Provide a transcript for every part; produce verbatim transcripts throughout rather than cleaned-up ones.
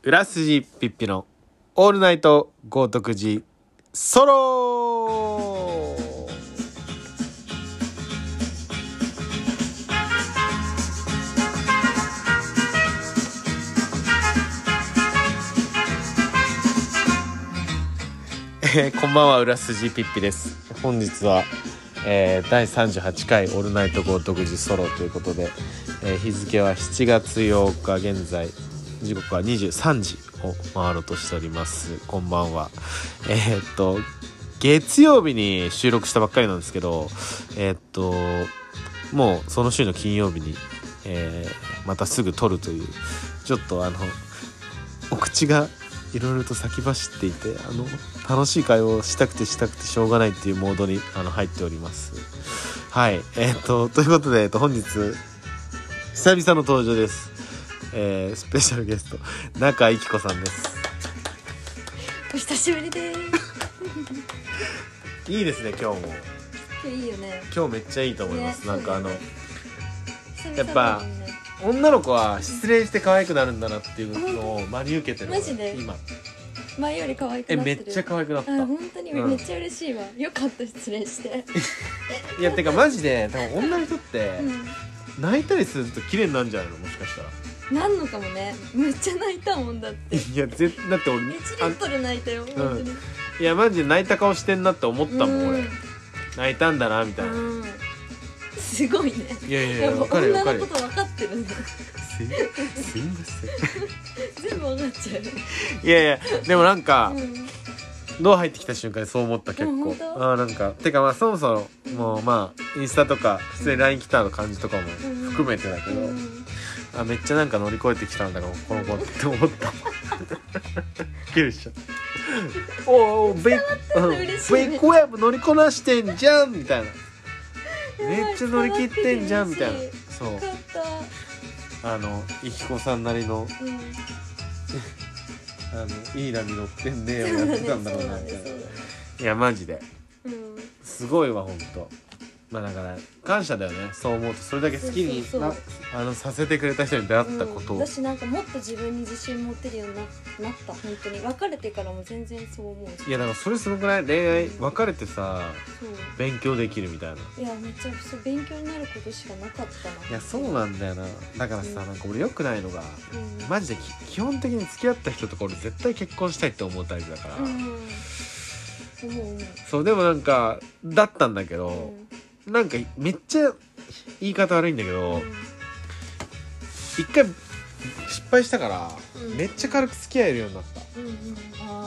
裏筋ピッピのオールナイト豪徳寺ソロえー、こんばんは、裏筋ピッピです。本日は、えー、だいさんじゅうはちかいオールナイト豪徳寺ソロということで、えー、日付はしちがつようか、現在時刻はにじゅうさんじを回ろうとしております。こんばんは。えー、っと月曜日に収録したばっかりなんですけど、えー、っともうその週の金曜日に、えー、またすぐ撮るという、ちょっとあのお口がいろいろと先走っていて、あの楽しい会話をしたくてしたくてしょうがないっていうモードにあの入っております。はい、えー、っとということで、えっと、本日久々の登場です。えー、スペシャルゲスト中井貴子さんです。 お久しぶりですいいですね、今日も。 今日いいよね。 今日めっちゃいいと思います、ね、なんかあの、ね、やっぱ女の子は失恋して可愛くなるんだなっていうのを真に受けてる。 マジで今前より可愛くなってる。 えめっちゃ可愛くなった。 あ、本当にめっちゃ嬉しいわ、うん、よかった失恋していやてかマジで多分女の人って、 うん、 泣いたりすると綺麗になるんじゃないの、もしかしたら。 なんのかもね。めっちゃ泣いたもんだって。 いや絶だって俺いちリットル泣いたよ、本当に。 いやマジで泣いた顔してんなって思ったもん、 うん、 俺泣いたんだなみたいな、うん、 すごいね。 いやいやいや、分かるよ分かるよ。 女のこと分かってるんだ。 す, すいません全部分かっちゃう。 いやいやでもなんか、 うん、 ドア入ってきた瞬間にそう思った。結構あなんかてかまあそもそももうまあインスタとか普通に ライン 来たの感じとかも含めてだけど、うんうん、あめっちゃなんか乗り越えてきたんだからこの子って思ったキルしちゃおおベイクウェブ乗りこなしてんじゃんみたいな、めっちゃ乗り切ってんじゃんみたいな。そうあのいきこさんなりの、うん、あのいい波乗ってんねよやってたんだろうなみたいな。いやマジで、うん、すごいわ本当。まあだから感謝だよね、そう思うと。それだけ好きにそうそうそうあのさせてくれた人に出会ったことを、うん、 私なんかもっと自分に自信持てるように な, なった本当に。別れてからも全然そう思う。 いやだからそれすごくない？恋愛、うん、別れてさ勉強できるみたいな。 いやめっちゃそう勉強になることしかなかったな。 いやそうなんだよな。だからさ、うん、なんか俺良くないのが、うん、マジで基本的に付き合った人とか俺絶対結婚したいって思うタイプだから、うん、思う思う。そうでもなんかだったんだけど、うん、なんかめっちゃ言い方悪いんだけど、うん、一回失敗したから、うん、めっちゃ軽く付き合えるようになった、うんうん、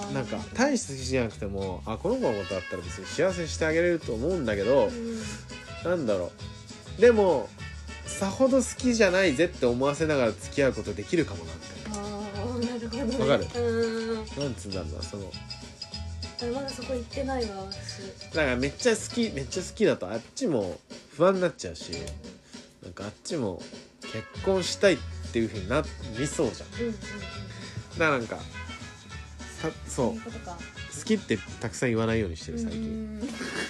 なんか大して好きじゃなくても、あこの子のことだったら別に幸せにしてあげれると思うんだけど、うん、なんだろう、でもさほど好きじゃないぜって思わせながら付き合うことできるかもなみたいな。 あなるほど、ね、 わかる？ うんなんつうんだろうな、そのまだそこ行ってないわ私。 だからめっちゃ好きめっちゃ好きだとあっちも不安になっちゃうし、なんかあっちも結婚したいっていう風になりそうじゃん、うんうんうん、だからなんかそう、好きってたくさん言わないようにしてる最近、うん、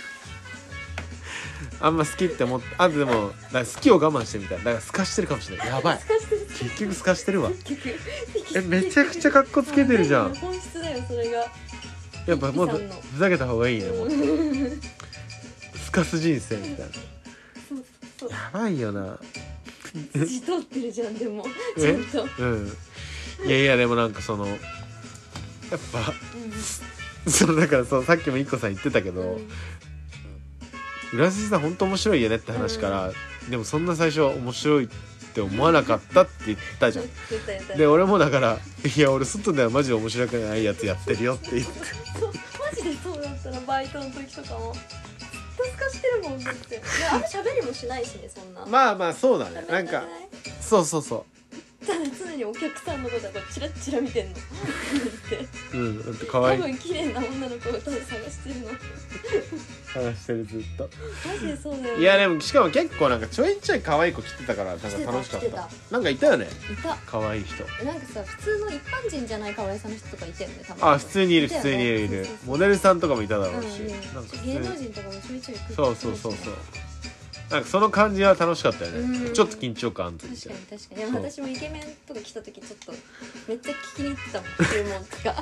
あんま好きって思って、あとでもだから好きを我慢してみたい。だから透かしてるかもしれない。やばい結局透かしてるわえめちゃくちゃカッコつけてるじゃん。 本質だよそれが。 やっぱもっとふざけた方がいいね、もっと透かす人生みたいな。 そうそうやばいよな。 字取ってるじゃんでもちゃんと。 うん。いやいやでもなんかそのやっぱ、うん、そのだからそうさっきもいっこさん言ってたけど、うん、浦筋さん本当面白いよねって話から、うん、でもそんな最初は面白いって思わなかったって言ったじゃんで俺もだからいや俺外ではマジで面白くないやつやってるよって言ってそうマジでそうだったらバイトの時とかも透かしてるもんだって。いやあんま喋りもしないしねそんな。 まあまあそうだね、なんかそうそうそうただ常にお客さんのことはチラッチラ見てんのうんだって可愛い。 多分綺麗な女の子を多分探してるの探してるずっと。 マジでそうだよ、ね、 いやでもしかも結構なんかちょいちょい可愛い子来てたからなんか楽しかった。たなんかいたよね。 いた可愛い人。 なんかさ普通の一般人じゃない可愛さの人とかいたよね多分。 あ普通にいる、普通にいるいる。モデルさんとかもいただろうし、 うん、なんか芸能人とかもちょいちょい来る。 そうそうそうそう。 なんかその感じは楽しかったよね、 うん、 ちょっと緊張感ある確かに確かに。でも私もイケメンとか来た時ちょっとめっちゃ聞きに行ってたもん注文とか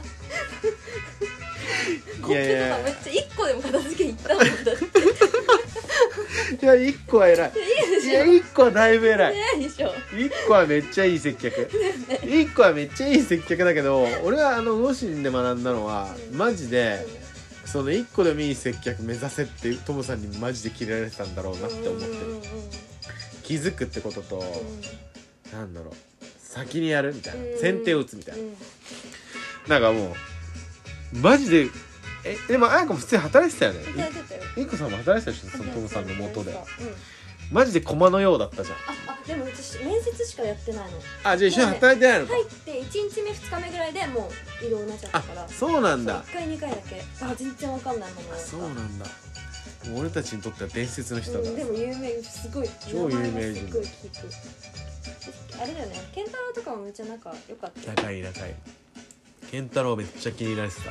コップとかめっちゃいっこでも片付け行ったもんだっていやいっこは偉い。いやいっこはだいぶ偉い。 偉いでしょ。 いっこはめっちゃいい接客。いっこはめっちゃいい接客だけど、俺はあのウォシンで学んだのは、うん、マジでそのいっこでもいい接客目指せってトムさんにマジでキレられてたんだろうなって思ってる。気づくってことと、うん、なんだろう、先にやるみたいな、先手を打つみたいな、うん、なんかもうマジで。えでもあやこも普通に働いてたよね。 働いてたよ。 いっこさんも働いてたでしょ、そのトムさんの元で、うん、マジで駒のようだったじゃん。 ああでも私面接しかやってないの。 あじゃあ一緒に働いてないのか。 入っていちにちめふつかめぐらいでもう異動になっちゃったから。 あそうなんだ。 いっかいにかいだけ。あ全然わかんないもの。 そうなんだ。もう俺たちにとっては伝説の人だ、 うん、でも有名、すごい超有名人。 すごい聞く。あれだよね、健太郎とかもめっちゃ仲良かった。 仲いい仲いい。健太郎めっちゃ気に入られてた。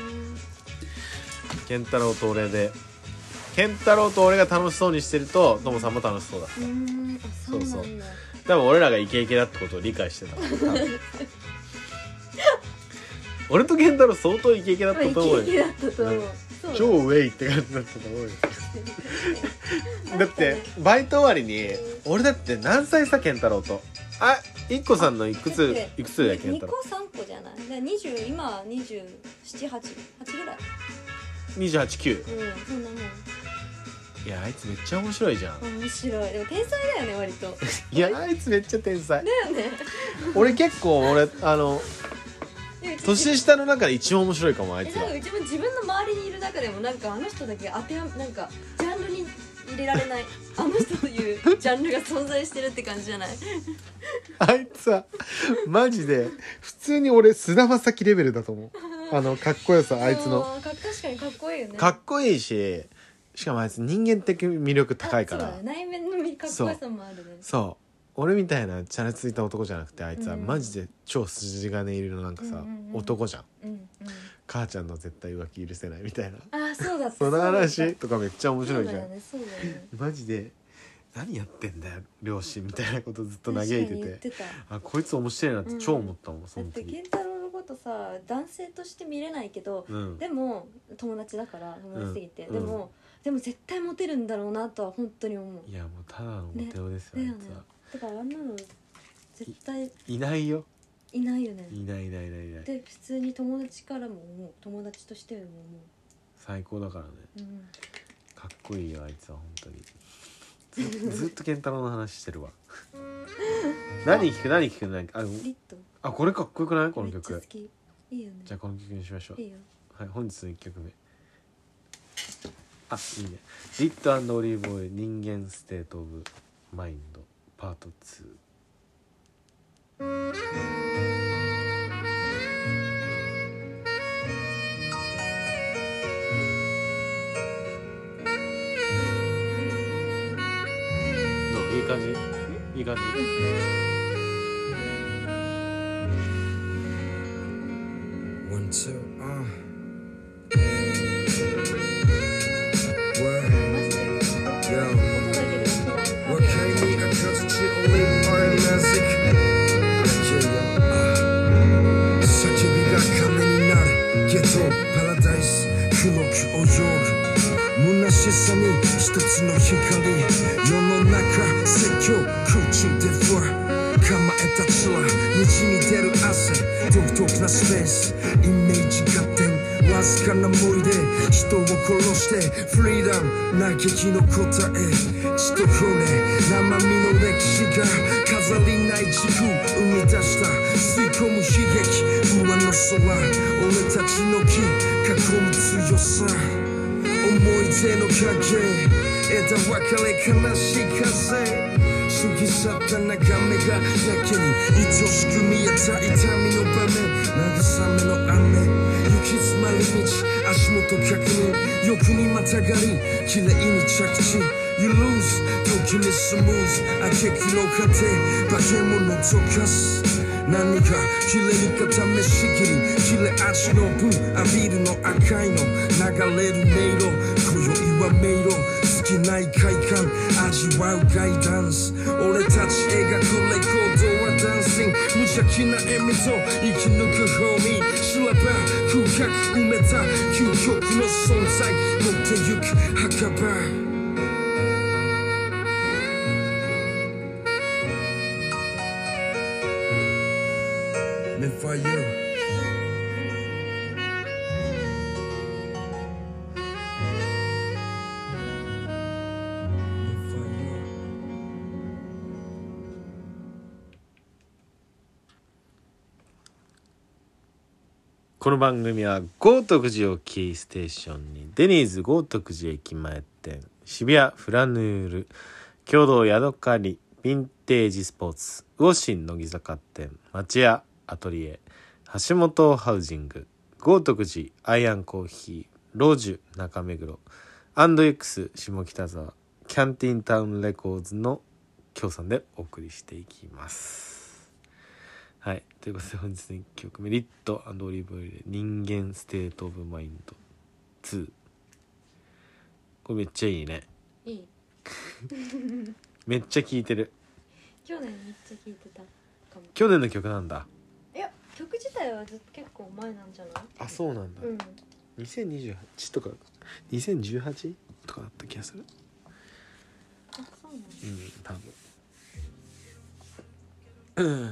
健太郎と俺で健太郎と俺が楽しそうにしてるとトモさんも楽しそうだった。うーん、あ、そうなんだ。そうそう、 多分俺らがイケイケだってことを理解してた俺と健太郎相当イケイケだったと思うよ。 イケイケだったと思う。 超ウェイって感じだったと思うよだってバイト終わりに俺だって何歳さ健太郎とあいっこさんのいくついくつだよ健太郎。 にこさんこじゃない。だにじゅう今にじゅうなな、はち、はちぐらい。 にじゅうはち、きゅう。 うん、そんなもん。 いやあいつめっちゃ面白いじゃん。 面白い。でも天才だよね割と。 いやあいつめっちゃ天才だよね。 俺結構俺あの年下の中で一番面白いかもあいつは。 うちも自分の周りにいる中でもなんかあの人だけ当てはなんかジャンルに入れられないあの人というジャンルが存在してるって感じじゃないあいつはマジで普通に俺菅田将暉レベルだと思う。あのかっこよさあいつのか確かにかっこいいよね。 かっこいいししかもあいつ人間的魅力高いから。 そうだね、内面のかっこよさもあるね。 そう俺みたいなチャラついた男じゃなくてあいつはマジで超筋金入りのなんかさ、うんうんうん、男じゃん、うんうん、母ちゃんの絶対浮気許せないみたいな。 あそうだったその話とかめっちゃ面白いじゃん。 そうだよね、そうだよね。 マジで何やってんだよ両親みたいなことずっと嘆いて て, てあこいつ面白いなって超思ったもん、うん、その時。だって健太郎のことさ男性として見れないけど、うん、でも友達だから友達すぎて、うん、でも、うん、でも絶対モテるんだろうなとは本当に思う。 いやもうただのモテ男ですよ、ね、あいつは。 だからあんなの絶対い, いないよいないよね。 いないいないいないいない。 で普通に友達からも思う、友達としても思う。 最高だからね、 うん、 かっこいいよあいつは本当に。ず, ずっと健太郎の話してるわ何聞く何聞く何あリット。 あこれかっこよくないこの曲。 めっちゃ好き。いいよね。 じゃあこの曲にしましょう。 いいよ。 はい本日のいっきょくめ。あいいね。リット&オリーブオイル人間ステートオブマインドパートツー。いい感じいい感じ。One, two, uh. What? Yo. What can we accomplish only our music? Uh. Such a big coming in our ghetto paradise. 黒く泳ぐ虚しさに一つの光。世の中説教空中でフラ構えた面にじみ出る汗独特なスペースイメージ合点わずかな思いで人を殺してフリーダム嘆きの答え血と骨生身の歴史が飾りない軸生み出した吸い込む悲劇上の空俺たちの木囲む強さ思い出の影枝分かれ悲しい風過ぎ去った眺めがやけに愛しく見えた痛みの場面慰めの雨行き詰まり道足元確認欲にまたがり綺麗に着地 You lose 時にスムーズ挙句の果て化け物溶かす何が綺麗に固めしきり切れ味の分浴びるの赤いの流れる迷路今宵は迷路尽きない快感味味わうガイダンス俺たち描くレコードはダンシング無邪気な笑みと生き抜くホーミー知れば空白埋めた究極の存在持ってゆく墓場Meant for you この番組は豪徳寺をキーステーションにデニーズ豪徳寺駅前店、渋谷フラヌール、共同ヤドカリ、ヴィンテージスポーツ、魚心乃木坂店、町屋アトリエ、橋本ハウジング、豪徳寺アイアンコーヒー、ロジュ中目黒、アンド X 下北沢、キャンティンタウンレコーズの協賛でお送りしていきます。はい、ということで本日のいっきょくめ、リット&オリーブオイルで人間ステートオブマインドツー。これめっちゃいいね。 いいめっちゃ聴いてる。 去年めっちゃ聴いてたかも。 去年の曲なんだ。 いや曲自体はずっと結構前なんじゃない？ あ、そうなんだ、 うん、 にせんにじゅうはちとかにせんじゅうはちとかだった気がする。 あ、そうなんだ。 うん多分うん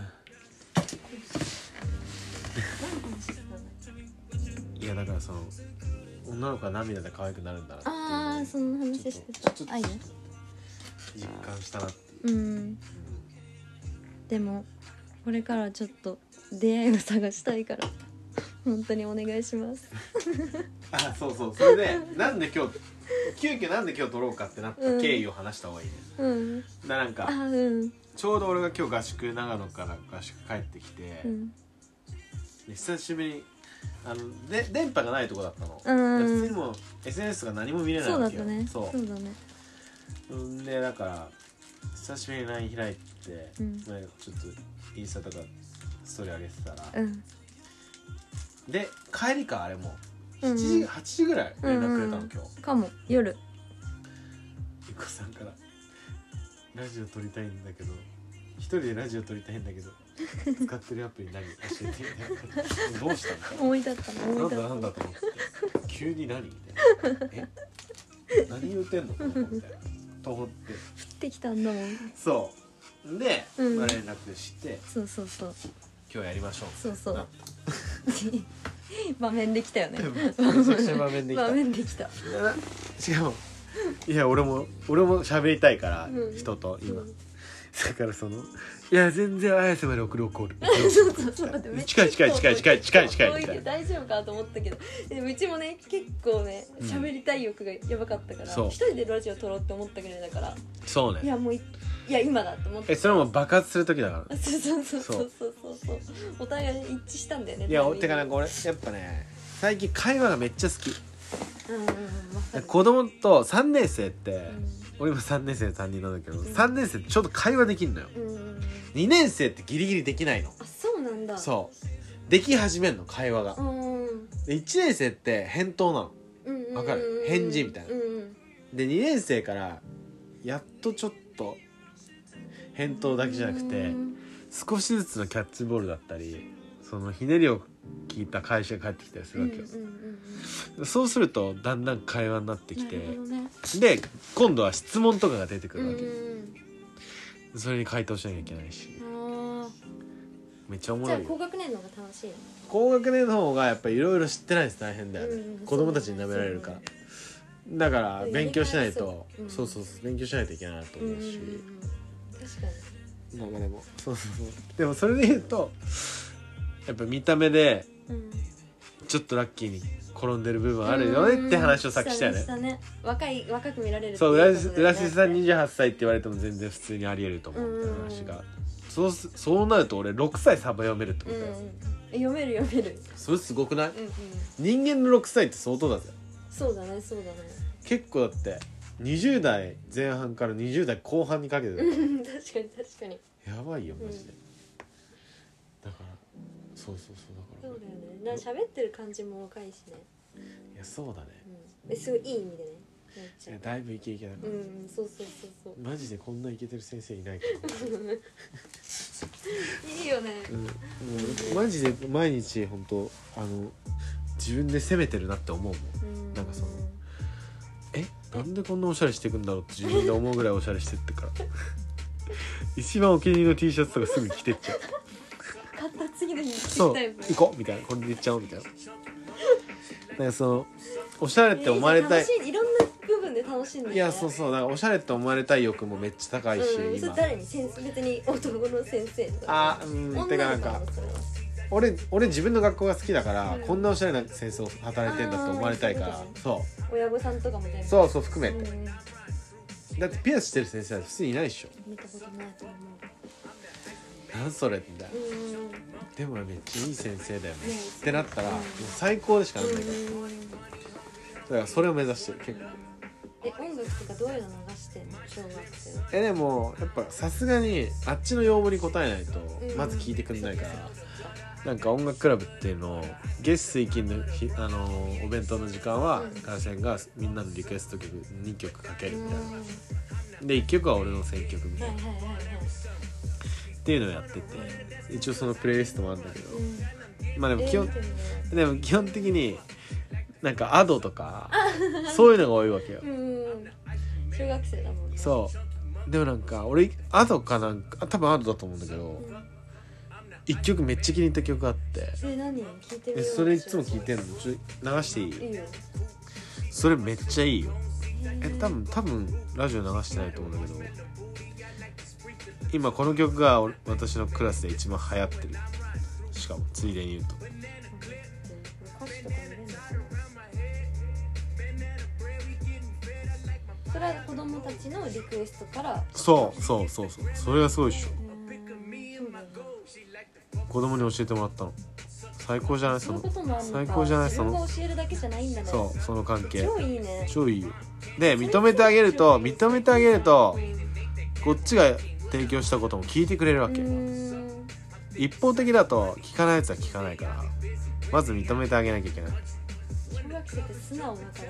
いやだからその女の子は涙で可愛くなるんだなっていうのをああ、その話してた。 ちょっとあ、いいよ。 実感したなっていう、 うん。でもこれからちょっと出会いを探したいから本当にお願いしますあ、そうそう、それでなんで今日急遽なんで今日撮ろうかってなった経緯を話した方がいいね。 うん。 だなんか、 あ、うん。 ちょうど俺が今日合宿長野から合宿帰ってきて、 うん、 で久しぶりにあので電波がないとこだったの。 うん、 普通にも エスエヌエス が何も見れないわけよ。 そうだったね。 そうそうだね。 うんでだから久しぶりに ライン 開いて、 うん、 まあ、ちょっとインスタとかストーリー上げてたら、 うん、 で帰りかあれもうんうん、 しちじはちじぐらい連絡くれたの、 うんうん、 今日かも夜ゆこさんからラジオ撮りたいんだけど一人でラジオ撮りたいんだけど使ってるアプリ何教えてみたいなどうしたんだ思い立ったの思い立ったなんだなんだと思って急に何みたいなえ何言うてんのこの子みたいなと思って降ってきたんだもん。 そうで、 うん、 まあ、連絡してそうそうそう今日やりましょうそうそう場面できたよねめちゃくちゃ場面できた場面できた。 しかもいや俺も俺も喋りたいから、うん、人と今、うん、だからそのいや全然綾瀬まで送る送るそうそうそう、 近い近い近い近い近い近い近い大丈夫かと思ったけど、でもうちもね結構ね喋りたい欲がやばかったから、うん、一人でラジオ撮ろうって思ったぐらいだから。 そうね。 いやもういや今だと思って。 えそれも爆発する時だから。 そうそうそうそうそうそうお互い一致したんだよね。 いやてかなんか俺やっぱね最近会話がめっちゃ好き。 うんうんうん、 子供とさんねん生って、うん、俺今さんねん生さんにんなんだけど、うん、さんねん生ってちょっと会話できんのよ、うんうん、にねん生ってギリギリできないの。 あ、そうなんだ。 そうでき始めんの会話が、 うん、 でいちねん生って返答なの、うんうんうん、分かる返事みたいな、うんうん、でにねん生からやっとちょっと返答だけじゃなくて、うん、少しずつのキャッチボールだったりそのひねりを聞いた会社が返ってきたりするわけよ、うんうんうんうん、そうするとだんだん会話になってきて、ね、で今度は質問とかが出てくるわけ、うんうん、それに回答しなきゃいけないし、あめっちゃおもろいよ。 じゃあ高学年の方が楽しい。 高学年の方がやっぱりいろいろ知ってないです大変だよね、うんうん、子供たちに舐められるから、だから勉強しないと、うん、そうそうそう勉強しないといけないなと思うし、うんうんうん、 確かに。 なんかでもそうそうそうでもそれで言うとやっぱ見た目でちょっとラッキーに転んでる部分あるよねって話をさっきしたよね。 したね。若い若く見られるってそう浦瀬さんにじゅうはっさいって言われても全然普通にありえると思うって話が、そうそうなると俺ろくさいサバ読めるってことだよ、うんうん、 読める読める。 それすごくない、うんうん、人間のろくさいって相当だぜ。 そうだねそうだね。 結構だってにじゅう代前半からにじゅう代後半にかけてだよ確かに確かにやばいよマジで、うん、だからそうそうそうだからそうだよね。なんか喋ってる感じも若いしね。 いやそうだね、 うん、すごいいい意味でね。 ちゃう。 だいぶイケイケだから、 うん、そうそうそうそうマジでこんなイケてる先生いないからいいよね、 うん、もうマジで毎日本当あの自分で責めてるなって思うもん、 うん、 なんかそのえなんでこんなおしゃれしていくんだろうって自分で思うぐらいおしゃれしてってから一番お気に入りの T シャツとかすぐ着てっちゃう買った次の日に着そうるタイプ。 行こうみたいなこれで行っちゃおうみたいなだからそのおしゃれって思われたい、 楽しい、いろんな部分で楽しんで、ね、 いやそうそうだからおしゃれって思われたい欲もめっちゃ高いし、 うん、それ今誰に先生別に男の先生とかあうんてかなんかそれは俺俺自分の学校が好きだから、 うん、 こんなおしゃれな先生を働いてんだと思われたいから、そう親御さんとかも全部そうそう含めて、 うん、 だってピアスしてる先生は普通にいないでしょ。 見たことないと思う。 なんそれみたいな、 うん、 でもめっちゃいい先生だよね、 ねってなったら、 うん、 もう最高でしかないんだから、 うん、 だからそれを目指してる結構。 え音楽とかどういうの流してんの小学生は。 えでもやっぱさすがにあっちの要望に応えないとうんまず聞いてくんないから、なんか音楽クラブっていうのを月水金の日、あのーお弁当の時間はカラセンがみんなのリクエスト曲にきょくかけるみたいな、うん、でいっきょくは俺の選曲みたいな、はいはいはいはい、っていうのをやってて、一応そのプレイリストもあるんだけど、うん、まあでも基本、えー、でも基本的になんかアドとかそういうのが多いわけよ、うん、 小学生だもんね。 そうでもなんか俺アドかなんか多分アドだと思うんだけど、うん、一曲めっちゃ気に入った曲あって、 え何聞いてみよう。 えそれいつも聞いてんの？ちょ流していい？ いいよ。 それめっちゃいいよ。え多分多分ラジオ流してないと思うんだけど、今この曲が私のクラスで一番流行ってる。しかもついでに言うと。 歌詞とか見れるのかな。それは子供たちのリクエストから。 そうそうそうそう。それがすごいっしょ。子供に教えてもらったの。最高じゃないその。最高じゃないその。 自分が教えるだけじゃないんだね。 そうその関係。 超いいね。 超いいよ。で認めてあげると認めてあげるとこっちが提供したことも聞いてくれるわけ。一方的だと聞かないやつは聞かないからまず認めてあげなきゃいけない。 小学生って素直だから。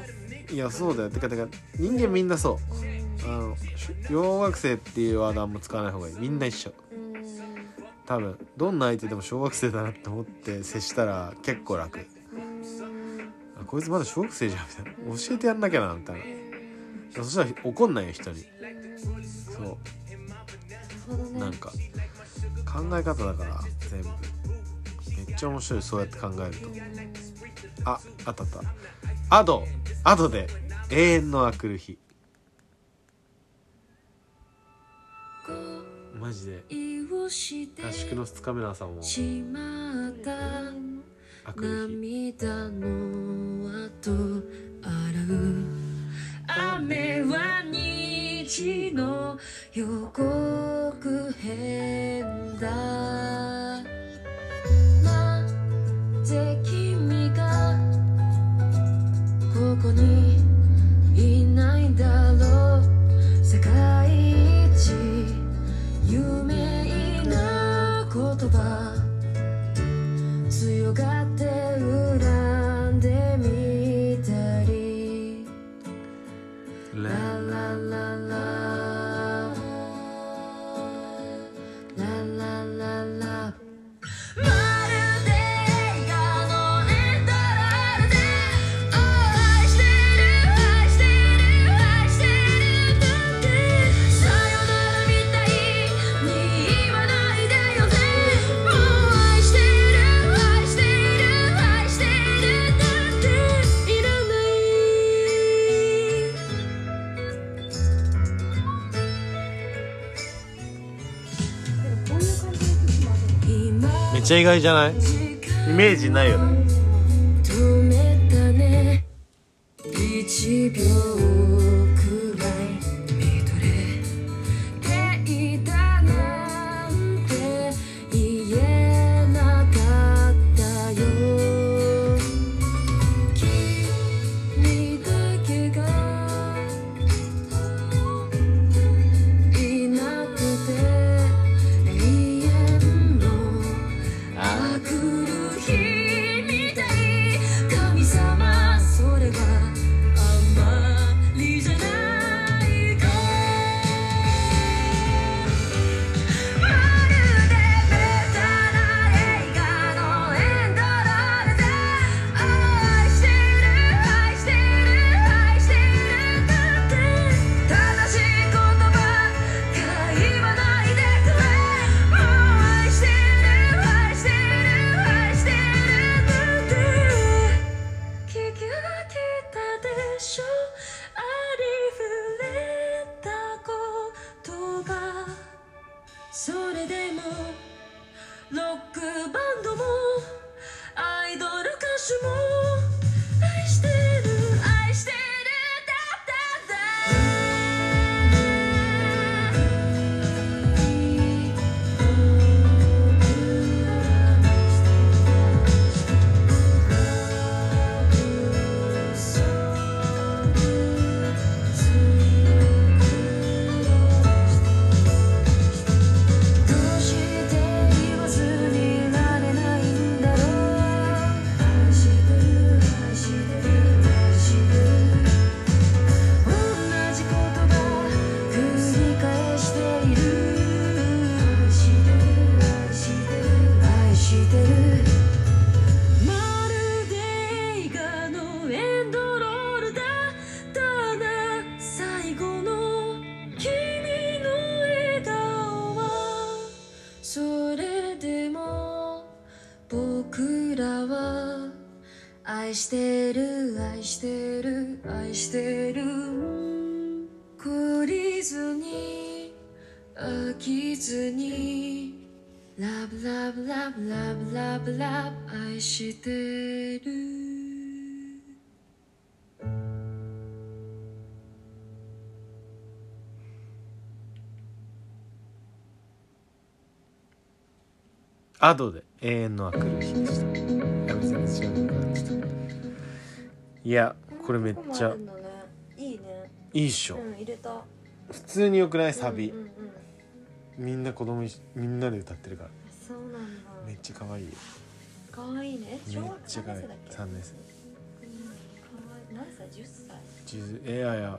いやそうだよ。てかてか人間みんなそう。あの小学生っていうワードあんま使わない方がいい。みんな一緒。多分どんな相手でも小学生だなって思って接したら結構楽。あこいつまだ小学生じゃんみたいな。教えてやんなきゃなみたいな。そしたら怒んないよ人に。そう。なんか考え方だから全部めっちゃ面白い。そうやって考えると。ああったあったアドアドで永遠のあくる日。マジで合宿のふつかめの朝もあくる日。 雨は虹の予告編だ。なぜ君がここにいないんだろう。世界一有名な言葉強がって恨んでみたりララララララララまるで映画のエンドロールで愛してる愛してる愛してるってさよならみたいに言わないでよね。もう愛してる愛してる愛してるなんていらない。 こういう感じの時もある。 めっちゃ意外じゃない？イメージないよね。 止めたねいちびょうくらい見とれ平だなんて言えなかったよ。君だけがいなくて永遠のあくる日みたい。神様それは甘も愛してる愛してるだだどうして言わずにいられないんだろう愛してる愛してる愛してる同じ言葉繰り返している愛してる愛してる愛してるまるで映画のエンドロールだったな最後の君の笑顔はそれでも僕らは愛してる愛してる愛してる懲りずに飽きずにラブラブラブラブラブラブ愛してるアドで永遠のあくる日でした。いや別に違う曲なんですけど、いやこれめっちゃこんなとこもあるんだね。いいね。 いいっしょ、 うん入れた。 普通によくないサビ、 うんうんうん、 みんな子供いみんなで歌ってるからそうなんだ。 めっちゃ可愛いよ。 可愛いね。 めっ小学ちゃ可愛い三年生だっけ？ さんねん生。 うん可愛い。何歳？十歳。 じゅういやいや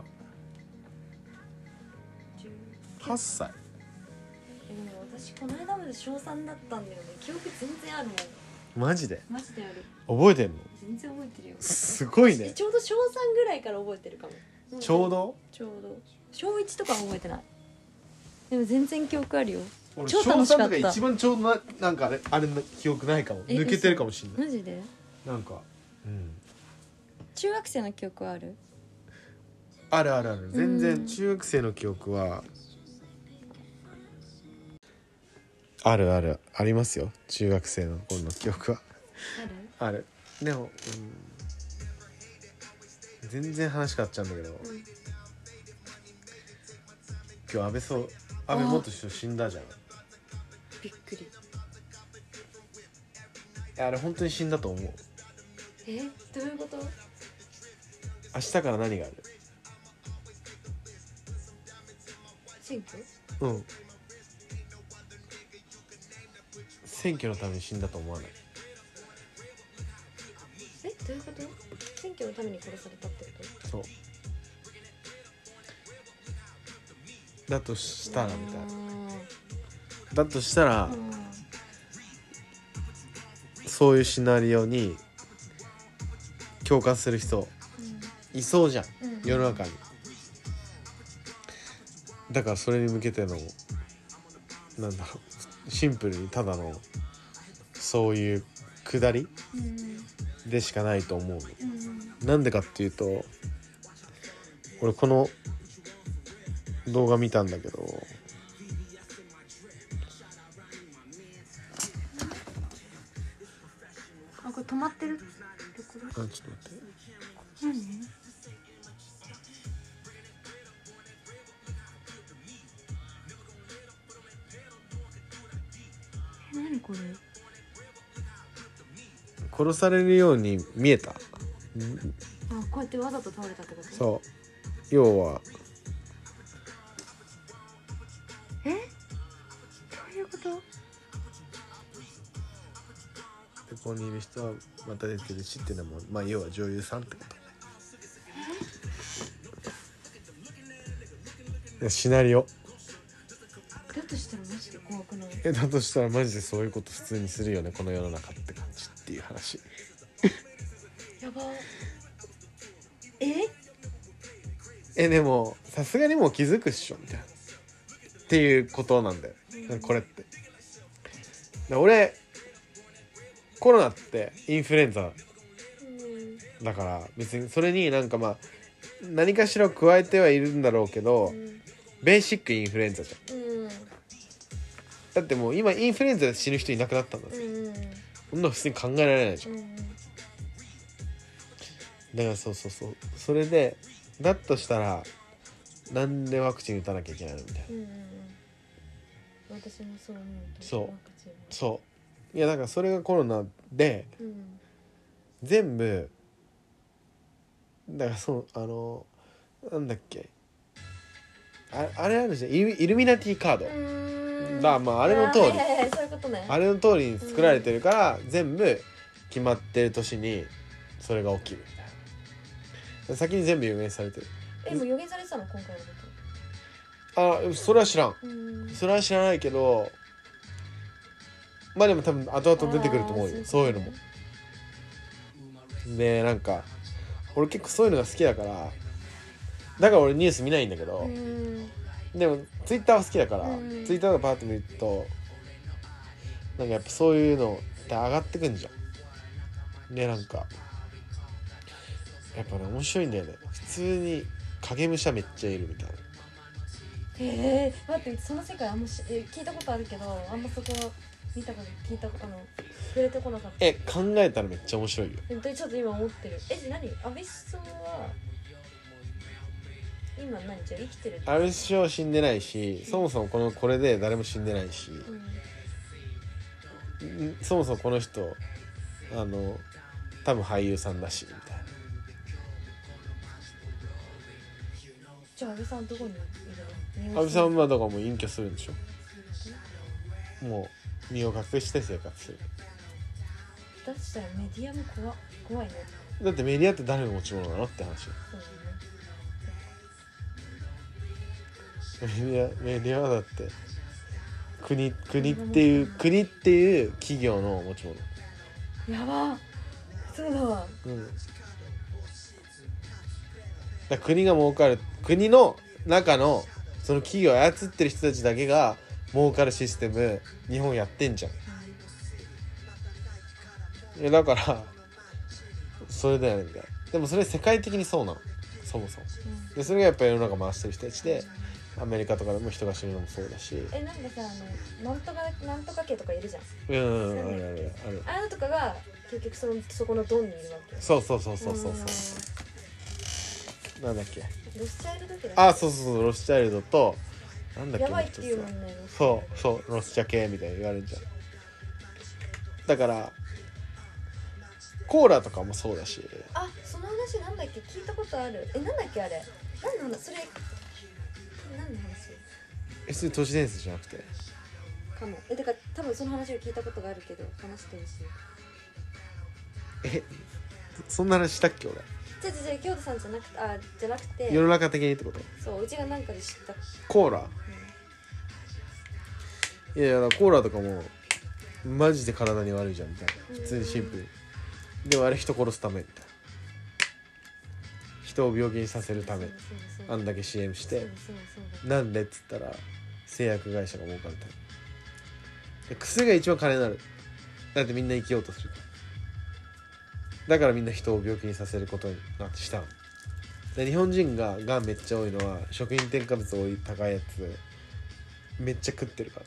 十。 はっさい。 えでも私この間まで小三だったんだよね。記憶全然あるもん。 マジでマジである。 覚えてんの？ 全然覚えてるよ。 すごいね。 ちょうど小三ぐらいから覚えてるかも。 ちょうどちょうど小一とかは覚えてない。でも全然記憶あるよ。 俺超楽しかった小さんとか一番ちょうどななんかあれあれの記憶ないかも。 え抜けてるかもしんない。 マジで？ なんかうん中学生の記憶はある？ あるあるある。全うん然中学生の記憶はあるあるありますよ。中学生の頃の記憶はある？ ある。でも、うん、全然話変わっちゃうんだけど、 うん今日安倍そう安倍元首相死んだじゃん。いびっくり。 やあれ本当に死んだと思う。 えどういうこと？ 明日から何がある？ 選挙？ うん選挙のために死んだと思わない？ えどういうこと？選挙のために殺されたってこと？ そうだとしたらみたいな。だとしたらあーうんそういうシナリオに共感する人いそうじゃん、 うん世の中に。だからそれに向けてのなんだろうシンプルにただのそういうくだりうんでしかないと思うの。 うんなんでかっていうと俺この動画見たんだけどあこれ止まってるところ？ あちょっと待って何？え何これ？ 殺されるように見えた。 あこうやってわざと倒れたってこと？ そう要はえどういうこと？ ここにいる人はまた出てるしっていうのもまあ要は女優さんってこと。シナリオだとしたらマジで怖くない？ えだとしたらマジでそういうこと普通にするよねこの世の中って感じっていう話。 やば。え？ えでもさすがにもう気づくっしょみたいなっていうことなんだよ、うん、これってで俺コロナってインフルエンザだから別にそれになんかまあ何かしら加えてはいるんだろうけど、うん、ベーシックインフルエンザじゃん、うん、だってもう今インフルエンザで死ぬ人いなくなったんだぜ、うん、そんな普通に考えられないじゃん、うん、 だからそうそうそうそれでだとしたらなんでワクチン打たなきゃいけないのみたいな、 うんうんうん、私もそう思う。 そうワクチンはそういやだからそれがコロナでうん全部だからそうあのなんだっけ あ, あれあるじゃんイルイルミナティカード、 うーんだまああれの通りはいはいはいそういうことね。 あれの通りに作られてるから、うん、全部決まってる年にそれが起きるみたいな先に全部予言されてる。 えもう予言されてたの今回のこあそれは知らんと。うんそれは知らないけどまあでも多分後々出てくると思うよあそういうのも。でなんか俺結構そういうのが好きだからだから俺ニュース見ないんだけど、 うんでもツイッターは好きだから、 うんツイッターとかパーッと見るとなんかやっぱそういうのって上がってくんじゃん。でなんかやっぱね面白いんだよね。普通に影武者めっちゃいるみたいな。 へえ待ってその世界あんましえ聞いたことあるけどあんまそこは見たこと聞いたことあの触れてこなかった。 え考えたらめっちゃ面白いよ。 えちょっと今思ってる。え何安倍首相は今何じゃあ生きてる。 安倍首相死んでないしそもそもこのこれで誰も死んでないし、 うんんそもそもこの人あの多分俳優さんだしみたいな。 じゃあ安倍さんどこにいるの？ 安倍さんはだからもう隠居するんでしょ。もう身を隠して生活する。 だとしたらメディアも怖怖いね。 だってメディアって誰の持ち物なのって話。 そうメディアメディアはだって国国っていう国っていう企業の持ち物。 だね。やばそうだわ。 うん。だから国が儲かる国の中のその企業を操ってる人たちだけが儲かるシステム日本やってんじゃん。いやだからそれだよねみたいな。でもそれ世界的にそうなのそもそも。でそれがやっぱり世の中回してる人たちでアメリカとかでも人が死ぬのもそうだし。 えなんかさあのなんとかなんとか家とかいるじゃん。 うんうんうんあるあるある。 ああいうのとかが結局そのそこのドンにいるわけ。 そうそうそうそうそうそう。なんだっけ。 ロスチャイルド家だっけ。 あそうそうそうロスチャイルドとなんだっけやばいっていうもんね。 そうそうロスチャ系みたいに言われるじゃん。だからコーラとかもそうだし。 あその話なんだっけ聞いたことある。えなんだっけあれ何の話それ何の話えそれ都市伝説じゃなくてかも。えだから多分その話を聞いたことがあるけど話してほしい。 えそんな話したっけ俺。 じゃあじゃあ京都さんじゃなくてあじゃなくて世の中的にってこと。 そううちがなんかで知った。 コーラ、いやいやだからコーラとかもマジで体に悪いじゃんみたいな。普通にシンプルにでもあれ人殺すためみたいな。人を病気にさせるためそうそうそうあんだけ シーエム してそうそうそうなんでっつったら製薬会社が儲かるためで薬が一番金になる。だってみんな生きようとするからだからみんな人を病気にさせることになってしたの。で日本人ががんめっちゃ多いのは食品添加物多い高いやつめっちゃ食ってるから。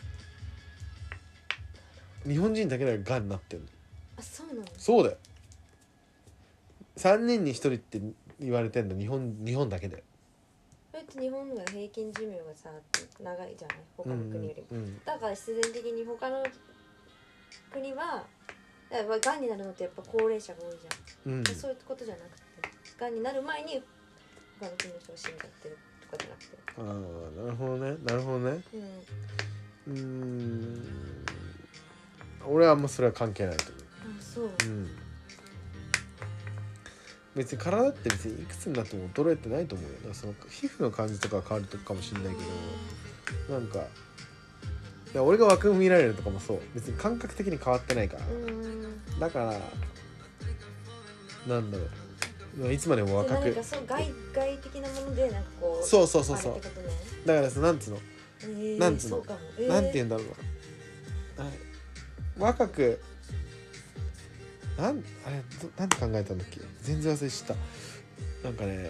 日本人だけだががんになってんの。 あそうなの。 そうだよ。さんにんにひとりって言われてんの日本日本だけだよ。 それって日本が平均寿命がさ長いじゃない他の国よりも、 うんうんだから必然的に他の国はやっぱがんになるのってやっぱ高齢者が多いじゃん、 うん、 そういうことじゃなくてがんになる前に他の国の人が死んじゃってるとかじゃなくて。 ああなるほどねなるほどね。 うんうーん俺はあんまそれは関係ないと思う。 あそう、 うん、別に体って別にいくつになっても衰えてないと思うよ。だからその皮膚の感じとかは変わるかもしれないけどなんかいや俺が枠見られるとかもそう別に感覚的に変わってないから、 うんだからなんだろういつまでも若く何かそう外外的なものでなんかこうそうそうそうそうあれってことね。 だからさなんつうの、 えー、 なんつうのそうかも、えー、 なんて言うんだろうなあれ若くなんあれどなんて考えたんだっけ全然忘れちゃったなんかね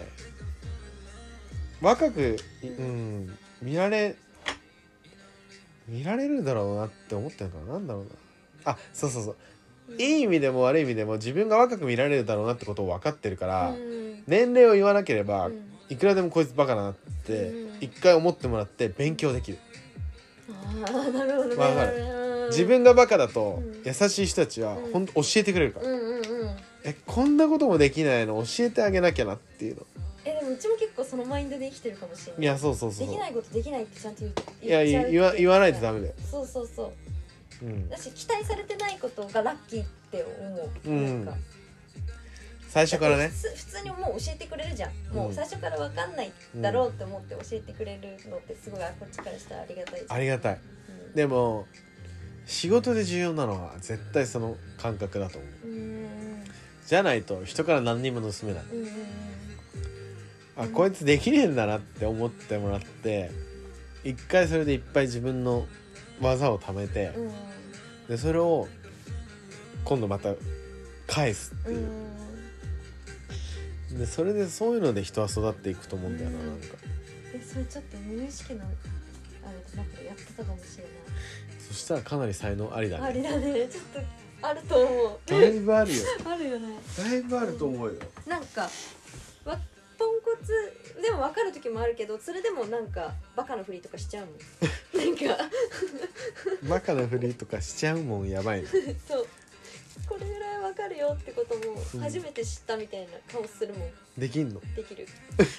若くうん見られ見られるだろうなって思ってるのかななんだろうなあそうそうそういい意味でも悪い意味でも自分が若く見られるだろうなってことを分かってるから、 うん、 年齢を言わなければ、 うん、 いくらでもこいつバカだなって一回思ってもらって勉強できる。 ああなるほどね。 わかる。自分がバカだと、 うん、 優しい人たちはほんと教えてくれるから、 うんうんうん、 えこんなこともできないの教えてあげなきゃなっていうの。 えでもうちも結構そのマインドで生きてるかもしれない。 いやそうそうそう、 できないことできないってちゃんと言ういや言っちゃうって言わ言わないとダメだよ。 そうそうそう、 うん、 だし期待されてないことがラッキーって思う、うん、なんか最初からね普通、普通にもう教えてくれるじゃん、うん、もう最初から分かんないだろうって思って教えてくれるのってすごいこっちからしたらありがたいじゃん。 ありがたい、うん、でも仕事で重要なのは絶対その感覚だと思う。うん、じゃないと人から何にも盗めない、うんうん、あ、うん、こいつできねえんだなって思ってもらって一回それでいっぱい自分の技を貯めて、うん、でそれを今度また返すっていう、うん、でそれでそういうので人は育っていくと思うんだよな、うん、なんかえそれちょっと無意識のあれでなんかやってたかもしれない。 そしたらかなり才能ありだね。 ありだね、ちょっとあると思う。 だいぶあるよあるよね。 だいぶあると思うよ。 なんかわポンコツでも分かる時もあるけど、それでもなんかバカのふりとかしちゃうもんなんかバカなふりとかしちゃうもんやばいねそうこれぐらい分かるよってことも初めて知ったみたいな顔するもん、うん、 できんのできる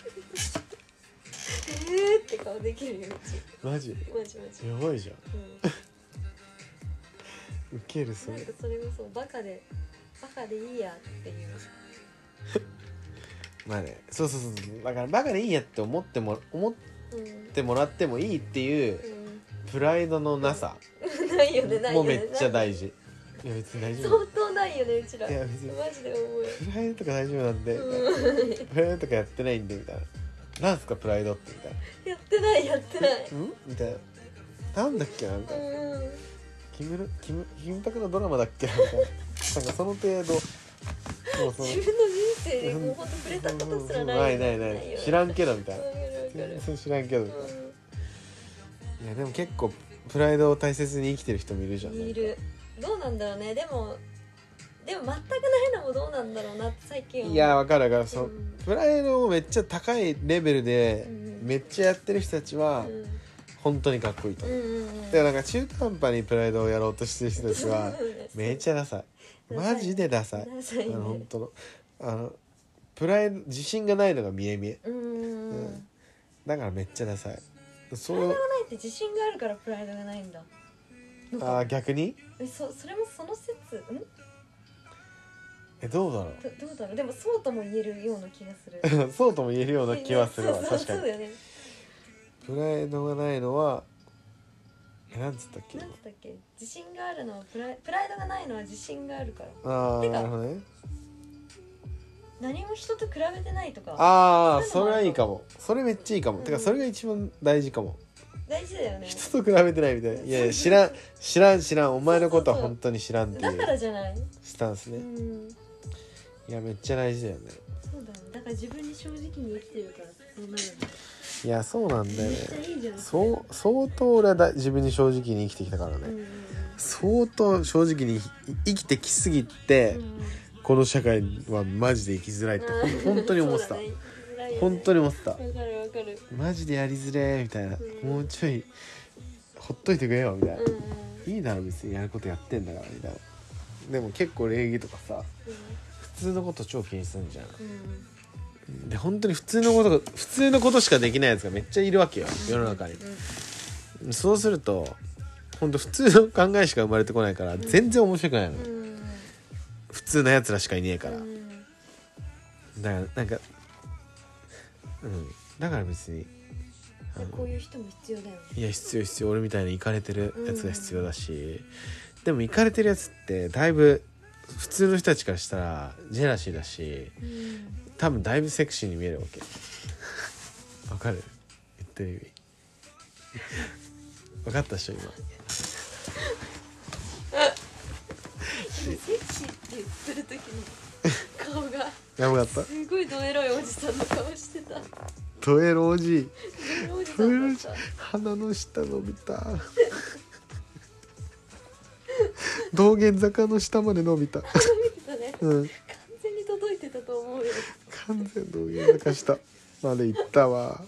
えーって顔できるようち。 マジマジマジやばいじゃん、うんウケるそれ。 なんかそれもそうバカでバカでいいやっていうまあね、そうそうそう、だからバカでいいやって思っても思ってもらってもいいっていう、うん、プライドのなさ、 うん、ないよねないよね。 もうめっちゃ大事。いや別に大丈夫。相当ないよねうちら。 いや別にマジで思うよ。 プライドとか大丈夫なんで、 うん、 プライドとかやってないんでみたいな。なんすかプライドってみたいな。 やってないやってない。 うんみたいな。なんだっけなんか。うんキムキムキムタクのドラマだっけなんかなんかその程度もうその自分の人生でもうほんと触れたことすらない、 ないないないない知らんけどみたいな全然知らんけどみたいな、うん、いやでも結構プライドを大切に生きてる人もいるじゃん。 いる。どうなんだろうね。でもでも全くないのもどうなんだろうなって最近は。 いやわかるわかる、そう、うん、プライドをめっちゃ高いレベルで、うん、めっちゃやってる人たちは、うん本当にかっこいいと思う、うんうんうん、でもなんか中途半端にプライドをやろうとしてる人たちはめっちゃダサい。マジでダサい。ダサいね、あの本当のあのプライド自信がないのが見え見え、うんうん、だからめっちゃダサい。 そプライドがないって自信があるからプライドがないんだ。 ああ逆にえ そ, それもその説んえどうだろうど, どうだろう。でもそうとも言えるような気がするそうとも言えるような気はするわ確かに。 そうだよね。 プライドがないのはえなんつったっけなんつったっけ自信があるのはプライプライドがないのは自信があるから。 ああなるほどね。 何も人と比べてないとか。 ああそれはいいかも。それめっちゃいいかも、うん、てかそれが一番大事かも。 大事だよね。 人と比べてないみたいな。いやいや知らん知らん知らんお前のことは本当に知らんっていうだからじゃないスタンスね、うん、いやめっちゃ大事だよね。 そうだね。だから自分に正直に生きてるからそうなるんだ。 いやそうなんだよね。 いいじゃん。 そう相当俺はだ自分に正直に生きてきたからね、うん、相当正直に生きてきすぎて、うん、この社会はマジで生きづらいって、うん、本当に思ってた、ね、本当に思ってた。わかるわかる。マジでやりづれみたいな、うん、もうちょいほっといてくれよみたいな、うん、いいだろ別にやることやってんだからみたいな。でも結構礼儀とかさ、うん、普通のこと超気にするんじゃん、うん、で本当に普通のことが普通のことしかできないやつがめっちゃいるわけよ、うん、世の中に、うん、そうすると本当普通の考えしか生まれてこないから全然面白くないの、うん、普通なやつらしかいねえから、うん、だからなんかうんだから別にこういう人も必要だよね。 いや必要必要。俺みたいにイカれてるやつが必要だし、うん、でもイカれてるやつってだいぶ普通の人たちからしたらジェラシーだし、うん、多分だいぶセクシーに見えるわけ。わかる？言ってる意味分かったっしょ今。 セクシーって言ってる時の顔がやばかった。 すごいドエロいおじさんの顔してた。 ドエロおじドエロおじさんだった。 鼻の下伸びた道玄坂の下まで伸びた見てたね、 うん完全に届いてたと思うよ。 完全道玄坂下まで行ったわ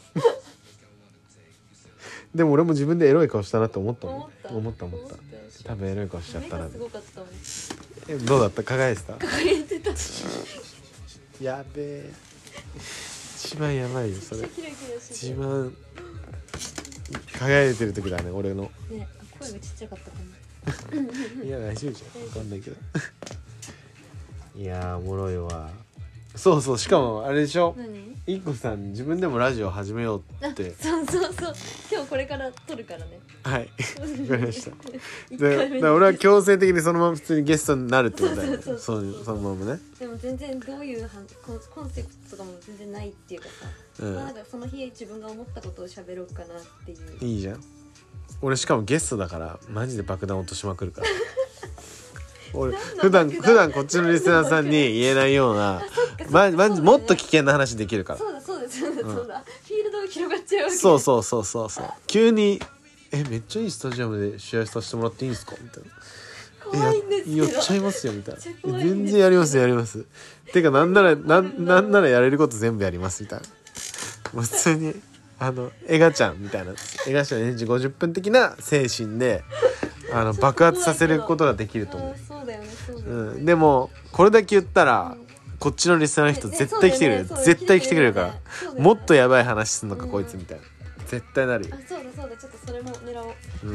でも俺も自分でエロい顔したなって思ったもん。 思った思った思った多分エロい顔しちゃったな。 目がすごかったもん。 えどうだった？輝いてた？ 輝いてた。 やべえ一番やばいよそれ。 キラキラして一番輝いてる時だね俺の。 ね、声がちっちゃかったかも。 いや大丈夫じゃん分かんないけどいやーおもろいわ。そうそうしかもあれでしょ、 何？ いっこさん自分でもラジオ始めようあ、 ってそうそうそう。今日これから撮るからね。 はいわかりました一で回目にだから俺は強制的にそのまま普通にゲストになるってことだよね。 そうそうそうそのままね。 でも全然どういうはんコンコンセプトとかも全然ないっていうかさ、 うんまあ、なんかその日自分が思ったことを喋ろうかなっていう。 いいじゃん。俺しかもゲストだからマジで爆弾落としまくるから俺普段普段こっちのリスナーさんに言えないようなまマジもっと危険な話できるから。 そうだそうだそうだそうだ、フィールドが広がっちゃうわけ。 そうそうそうそうそう急にえめっちゃいいスタジアムで試合させてもらっていいんですかみたいな。 怖いんですけど。 やっちゃいますよみたいな。 めっちゃ怖いんです全然やりますやりますてかなんならなんなんならやれること全部やりますみたいな。もう普通にあのエガちゃんみたいなエガちゃんエンジごじゅっぷん的な精神であの爆発させることができると思うあ、そうだよねそうだよね、 うん、でもこれだけ言ったら、うん、こっちのリスナーの人ね絶対来てくれる、 そうだよね絶対来てくれるから、 そうだよねもっとやばい話すんのか、 うん、 こいつみたいな絶対なるよあ、、そうだそうだちょっとそれも狙おう、 うん、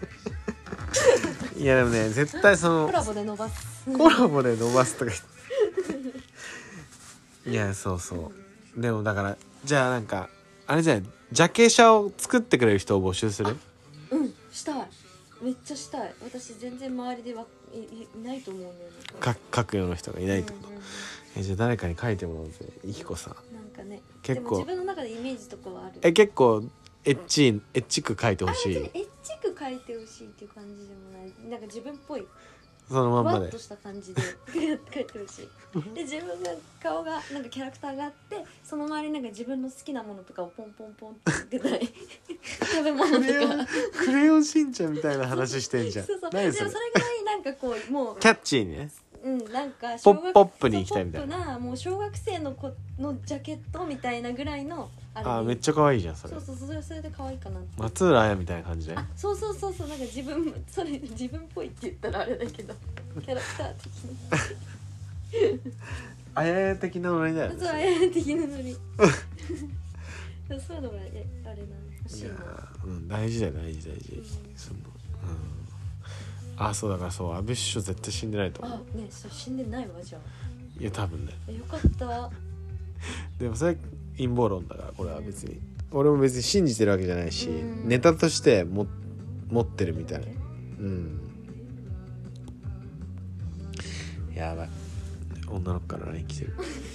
いやでもね絶対そのコラボで伸ばすコラボで伸ばすとかいやそうそうでもだからじゃあなんかあれじゃないジャケ写を作ってくれる人を募集する。 うんしたいめっちゃしたい。私全然周りではい、いないと思うんだよね。 か書くような人がいないってこと、 うんうん、 えじゃあ誰かに書いてもらおうぜいきこさん。 なんかね結構でも自分の中でイメージとかはある。 え結構エッチエッチく書いてほしい。 あ、別にエッチく書いてほしいっていう感じでもない。なんか自分っぽいそのまんまでふわっとした感じで書いてほしい。で自分が顔がなんかキャラクターがあってその周りになんか自分の好きなものとかをポンポンポンって出たい食べ物とクレヨンかクレヨンしんちゃんみたいな話してんじゃん。 そうそうでもそれ何それぐらいなんかこうもうキャッチーにね。 うんなんかポ小学ッポップに行きたいみたいな。 ポップなもう小学生の子のジャケットみたいなぐらいのあれであーめっちゃ可愛いじゃんそれそう。そうそれそれで可愛いかなって。 松浦綾みたいな感じで。 あ、そうそうそうそうなんか自分それ自分っぽいって言ったらあれだけどキャラクター的にあやや的なノリだよね。 そうあやや的なノリそういうのがえあれな欲しいな。 いやーうん大事だよ大事大事。 うんそのうんあそうだからそう安倍首相絶対死んでないと思あう。 ねそう死んでないわじゃあ。 いや多分ね。 えよかったでもそれ陰謀論だからこれは別に、俺も別に信じてるわけじゃないし、 うんネタとしても持ってるみたいな。うんやばい女の子からね来てる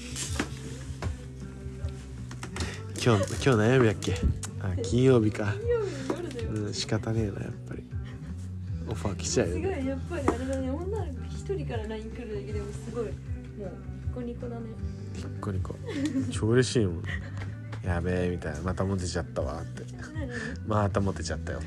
今日今日何曜日だっけ。あ金曜日か。 金曜日の夜だよ。 うん仕方ねえなやっぱりオファー来ちゃうよすごね。 いやっぱりあれだね女の子一人から ライン 来るだけでもすごいもうニコニコだね。 ニッコニコ超嬉しいもん。やべえみたいなまたモテちゃったわってまたモテちゃったよって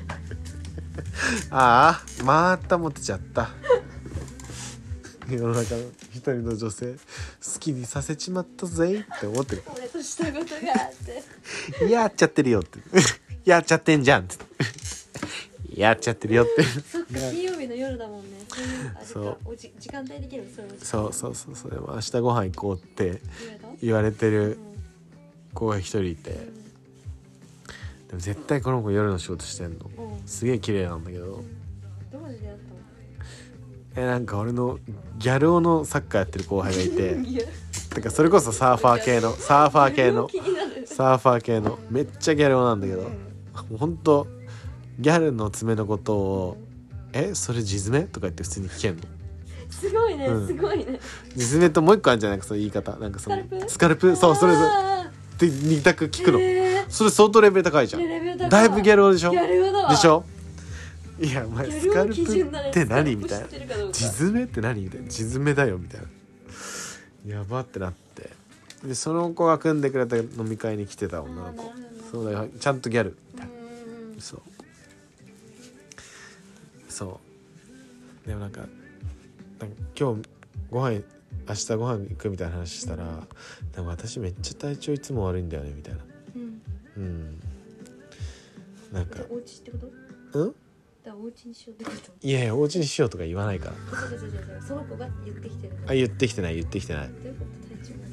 ああまたモテちゃった世の中の一人の女性好きにさせちまったぜって思ってる。 俺としたことがあってやっちゃってるよってやっちゃってんじゃんってやっちゃってるよってそっか金曜日の夜だもんね。そういうあれかそうおじ時間帯できるのそれもそうそうそうそうでも明日ご飯行こうって言われた言われてるうん子が一人いて、でも絶対この子夜の仕事してんの。 うんすげえ綺麗なんだけど、 どこで出会ったの。 えなんか俺のギャル男のサッカーやってる後輩がいていやてかそれこそサーファー系のサーファー系の気になる。 サーファー系のめっちゃギャル男なんだけど、もうほんとギャルの爪のことを「えそれ地爪?」とか言って普通に聞けんの。 すごいね、 うんすごいね。 地爪ともう一個あるんじゃないかその言い方なんかそのスカルプスカルプそうそれぞれあで二択聞くの、 へーそれ相当レベル高いじゃん。 レベル高いだいぶギャル男でしょギャル男だわでしょ。いやお前ギャル男スカルプ基準だねって何みたいなスカルプ知ってるかどうか地爪って何みたいな地爪だよみたいなやばってなってでその子が組んでくれた飲み会に来てた女の子あーなるほどねそうだよちゃんとギャルみたいなうんそうそうでもなんかなんか今日ご飯明日ご飯行くみたいな話したら、うん、でも私めっちゃ体調いつも悪いんだよねみたいな。うんうん、なんかお家ってこと？ うん？ だお家にしようってこと？ いやいやお家にしようとか言わないから。 その子が言ってきてる。 あ言ってきてない言ってきてない。 どういうこと？体調悪い。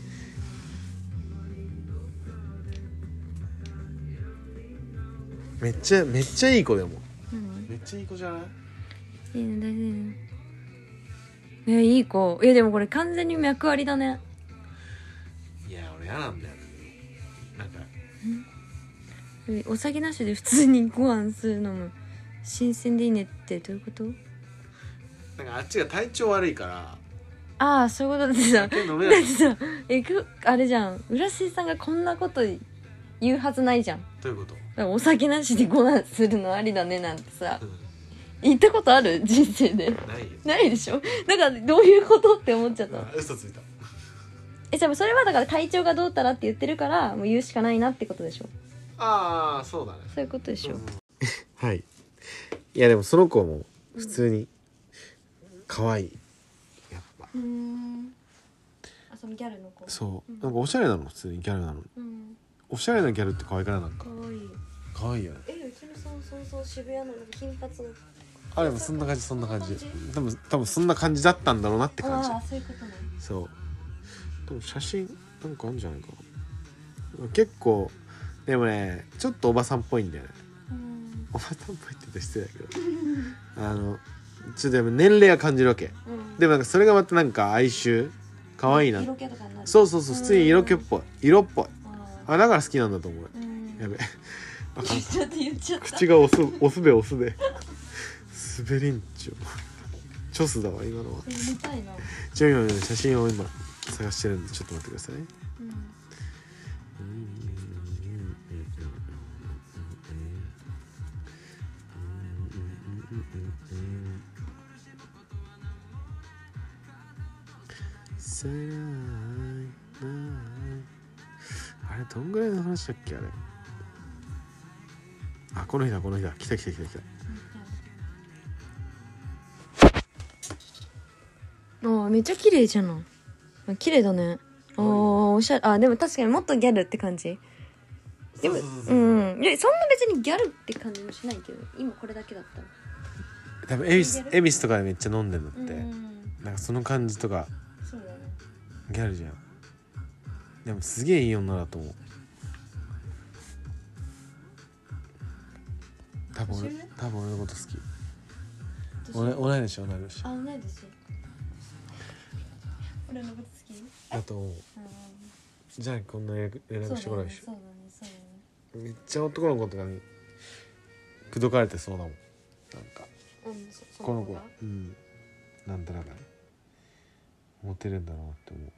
めっちゃめっちゃいい子でも。うん、めっちゃいい子じゃない？ いいね大事ね。えいい子。いやでもこれ完全に脈ありだね。 いや俺嫌なんだよ。なんか。 お酒なしで普通にご飯するのも新鮮でいいねってどういうこと？なんかあっちが体調悪いから。 ああそういうことでさ。だってさえあれじゃん。浦瀬さんがこんなこと言うはずないじゃん。 どういうこと？ お酒なしでご飯するのありだねなんてさ。言ったことある？人生で。ないよ。ないでしょ。だからどういうことって思っちゃった。 嘘ついた。 えじゃあそれはだから体調がどうたらって言ってるからもう言うしかないなってことでしょ。 ああそうだね。 そういうことでしょ。うん、 はい。いやでもその子も普通に可愛い。やっぱ。うん。 あそのギャルの子。 そう。なんかおしゃれなの普通にギャルなの。うん。おしゃれなギャルって可愛くないなんか。 可愛い。 可愛いよね。 えうちのそうそうそう渋谷の金髪の。 あでもそんな感じそんな感じ。多分多分そんな感じだったんだろうなって感じ。 ああそういうことね。 そう。でも写真なんかあるんじゃないかな。結構でもねちょっとおばさんっぽいんだよね。おばさんっぽいって言ったら失礼だけどあのちょっとでも年齢は感じるわけ、うん、でもなんかそれがまたなんか哀愁可愛いな。 色気とかになる。 そうそうそう普通に色気っぽい色っぽい。あだから好きなんだと思う。やべちょっと言っちゃった。 口がオスオスでオスで滑りんちょチョスだわ今のは。 見たいな。 ちなみに写真を今探してるんでちょっと待ってください。うんあれどんぐらいの話だっけあれ。あこの日だこの日だ来た来た来た来た。 あめっちゃ綺麗じゃん。綺麗だね。あおしゃれ。あでも確かにもっとギャルって感じ。でもうんいやそんな別にギャルって感じもしないけど今これだけだったら多分恵比寿恵比寿とかでめっちゃ飲んでるのって、うん、なんかその感じとかそうだねギャルじゃん。でもすげえいい女だと思う。多分俺多分俺のこと好き。俺同い年同い年。 あ同い年。俺のこと好きだと思う。じゃあこんな連絡してこないでしょ。 そうだねそうだね。 めっちゃ男の子とかに口説かれてそうだもん。なんか、 うん、そこの子うんなんとなくねモテるんだろうって思う。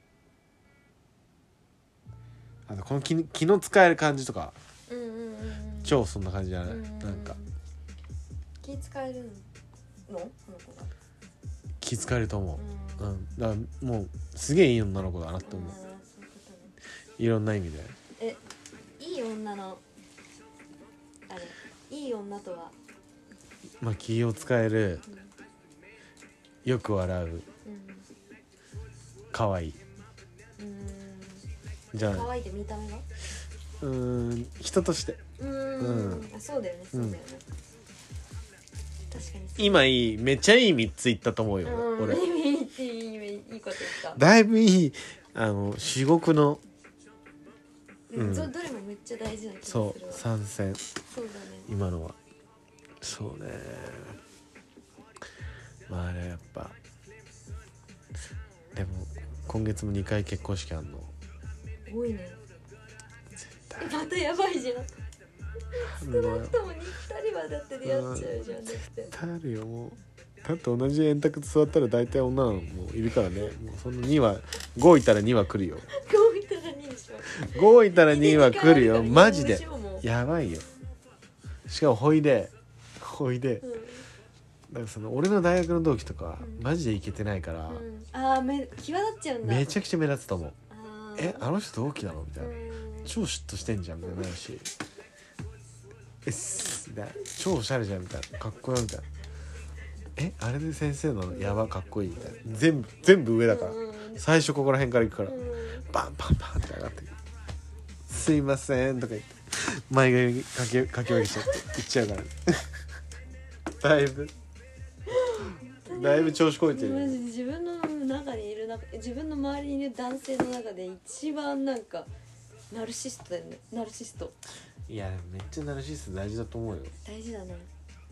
あとこの 気, 気の使える感じとか、 うんうんうんうん、 超そんな感じじゃない、うんうん、なんか気使えるのこの子が気使えると思う、うんうん、だからもうすげえいい女の子だなって思う、うん、そういうことね、いろんな意味で。 えいい女のあれいい女とはまあ気を使える、うん、よく笑う、うん、可愛い、うん、じゃあ可愛いって見た目がうーん人としてうーん、うん、あそうだよねそうだよね、うん、確かに今いいめっちゃいいみっつ言ったと思うよ、 うん、 俺いいいいっていいいいこと言った。 だいぶいいあの至極のうん、どれもめっちゃ大事な気がするわ。 そう参戦そうだね今のはそうね。まああれやっぱでも今月もにかい結婚式あんの多いね。絶対またやばいじゃん。少なくともにふたりはだって出会っちゃうじゃん。だって絶対あるよ。もうだって同じ円卓座ったら大体女の子もいるからね。もうそのにはごいたらには来るよ。 ごいたらにでしょ。 ごいたらには来るよ。マジでやばいよ。しかもほいでほいで、うん、だからその俺の大学の同期とか、うん、マジでイケてないから、うん、 ああめ際立っちゃうんだ。 めちゃくちゃ目立つと思う。あえあの人同期なのみたいな、超嫉妬してんじゃんみたいなるしえっすみたいな超おしゃれじゃんみたいなかっこよみたいなえあれで先生なのやばかっこいいみたいな、全部全部上だから、 うん最初ここら辺から行くから、 うんバンバンバンって上がってくる。すいませんとか言って前髪にかけかき分けちゃって言っちゃうからだいぶだいぶ調子こいてる。 マジで自分の中にいる中自分の周りにいる男性の中で一番なんかナルシストだよね。ナルシストいやめっちゃナルシスト大事だと思うよ。 大事だね。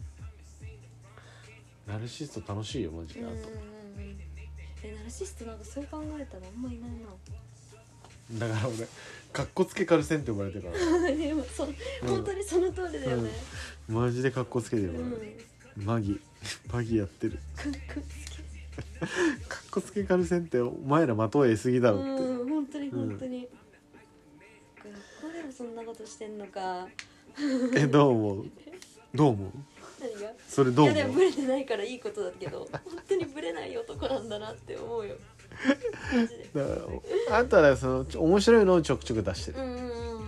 ナルシスト楽しいよマジで。あとうんうんうんえナルシストなんかそう考えたらあんまいないな。 だから俺カッコつけカルセンって呼ばれてるからでもそ本当にその通りだよね。 マジでカッコつけてるから、 うんマギマギやってる。 かっこカッコつけカルセンってお前らまとえすぎだろって、 うん本当に本当に、学校でもそんなことしてんのか。 えどう思うどう思う何がそれどう思う。 いやでもブレてないからいいことだけど本当にブレない男なんだなって思うよマジで。 だからあんたらそのちょ面白いのをちょくちょく出してる、 うんうんうんなるほ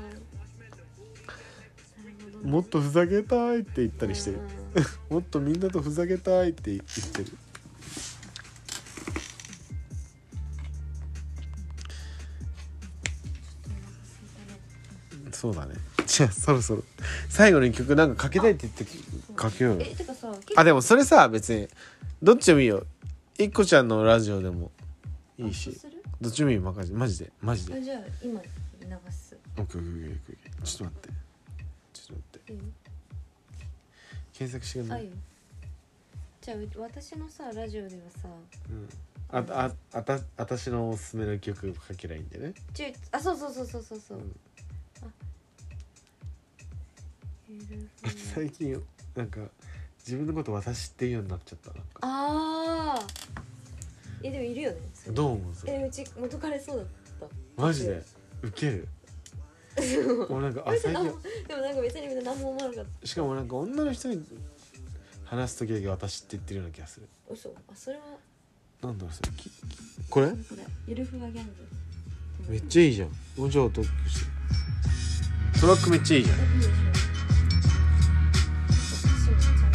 どねもっとふざけたいって言ったりしてる、 うんもっとみんなとふざけたいって言ってる。そうだね。じゃあそろそろ最後の曲なんかかけたいって言ってかけようよ。 えてかさあでもそれさ別にどっちでもいいよ。いっこちゃんのラジオでもいいし、 するどっちでもいい。マジでマジでマジで。 あじゃあ今流す。 オッケーオッケーオッケーオッケー。ちょっと待ってちょっと待っていいよ検索してくんない。 あいいよじゃあう私のさラジオではさうんあああた私のおすすめの曲かけりゃいいんだよね。 ちゅあそうそうそうそうそうそう、 うんあゆるふわ最近なんか自分のこと私っていうようになっちゃった。なんかあーえでもいるよねそれ。 どう思うそれ。 えうち元彼そうだったマジでウケる。俺なんかあ最近別に何もでもなんか別に何も思わなかっしかもなんか女の人に話す時だけ私って言ってるような気がする。 た。嘘あそれはなんだろうそれききこれこれゆるふわギャングめっちゃいいじゃん。もうちょっとしてトラックめっちゃいいじゃん。 いいでしょ歌詞もちゃんと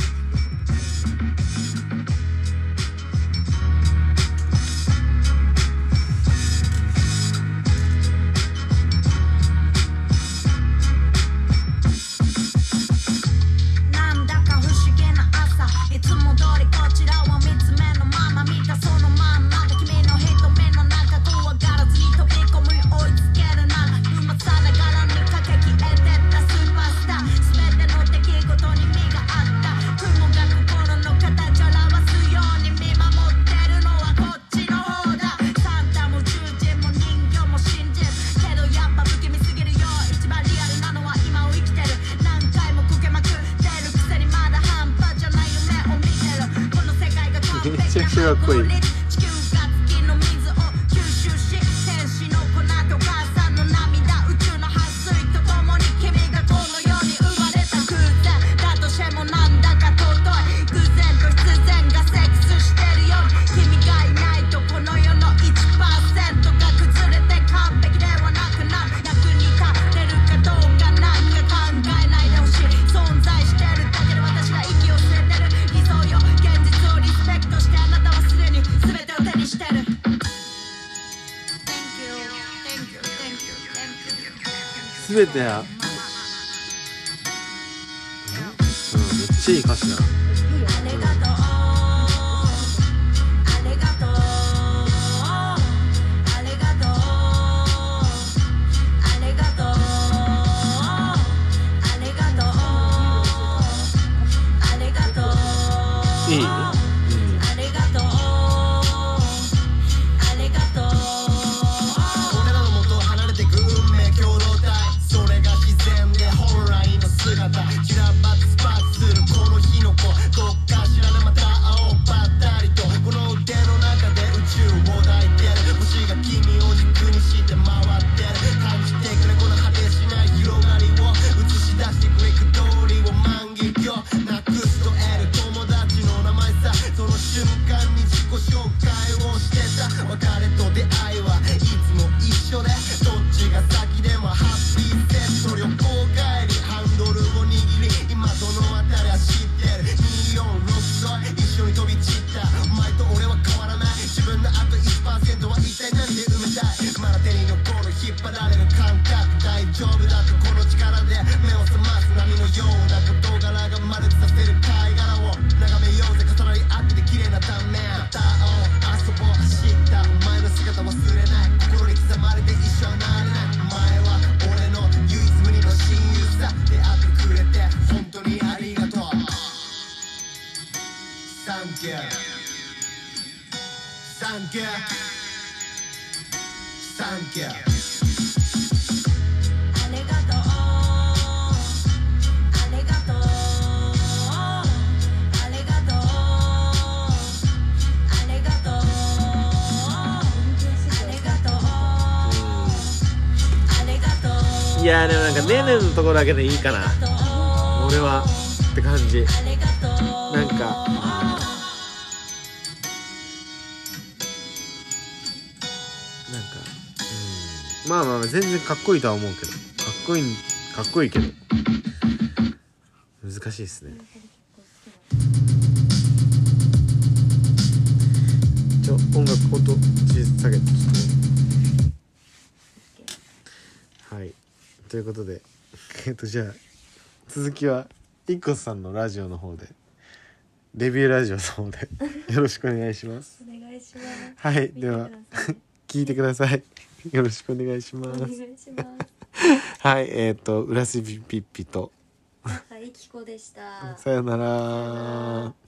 なんだか不思議な朝いつも通りこちらは見つめのまま見たそのまんまで君の瞳の中怖がらずに飛び込む追いつけるならうまさながらにかけ消えてったスーパースター全ての出来事に身があった雲が心の形を表すように見守ってるのはこっちの方だサンタも獣人も人形も信じるけどやっぱ不気味すぎるよ一番リアルなのは今を生きてる何回もこけまくってるくせにまだ半端じゃない夢を見てるこの世界が完めちゃ璧なくちゃかっこいい。 地球が月の水を吸収し天使の粉と母さんの涙宇宙の撥水とともに君がこの世に生まれた偶然だとしてもなんだか尊い偶然と必然がセックスしてるように君がいないとこの世の いちパーセント が崩れて完璧ではなくなる役に立ってるかどうかなんか考えないでほしい存在してるだけで私が息を吸えてる理想よ現実をリスペクトしてあなたはすでに全てを手にしてる Thank you Thank you Thank you Thank you すべてはうんめっちゃいい歌詞だな。 いいよありがとうありがとうありがとうありがとうありがとうありがとういい、うん、 ありがとうありがとう俺らの元を離れてく運命共同体それが自然で本来の姿散らばってスパークするこの火の粉パーセントは一体何で埋めたいまだ手に残る引っ張られる感覚大丈夫だとこの力で目を覚ます波のような事柄が丸くさせる貝殻を眺めようぜ重なり合ってて綺麗な断面歌おう遊ぼう走ったお前の姿忘れない心に刻まれて一生なれないお前は俺の唯一無二の親友さ出会ってくれて本当にありがとうThank you Thank you Thank you ありがとうありがとうありがとうありがとうありがとうありがとういやーでもなんかねねのところだけでいいかな俺はって感じ。なんかなんかうんまあまあ全然かっこいいとは思うけどかっこいいかっこいいけど難しいですね。ちょ音楽音小さげてちょっとね。はいということでえっとじゃあ続きはイッコスさんのラジオの方でレビューラジオの方でよろしくお願いします。 お願いしますはいでは聞いてください。よろしくお願いします。 お願いしますはいえっ、ー、と浦スビピッピとはいきこでした。 さよなら。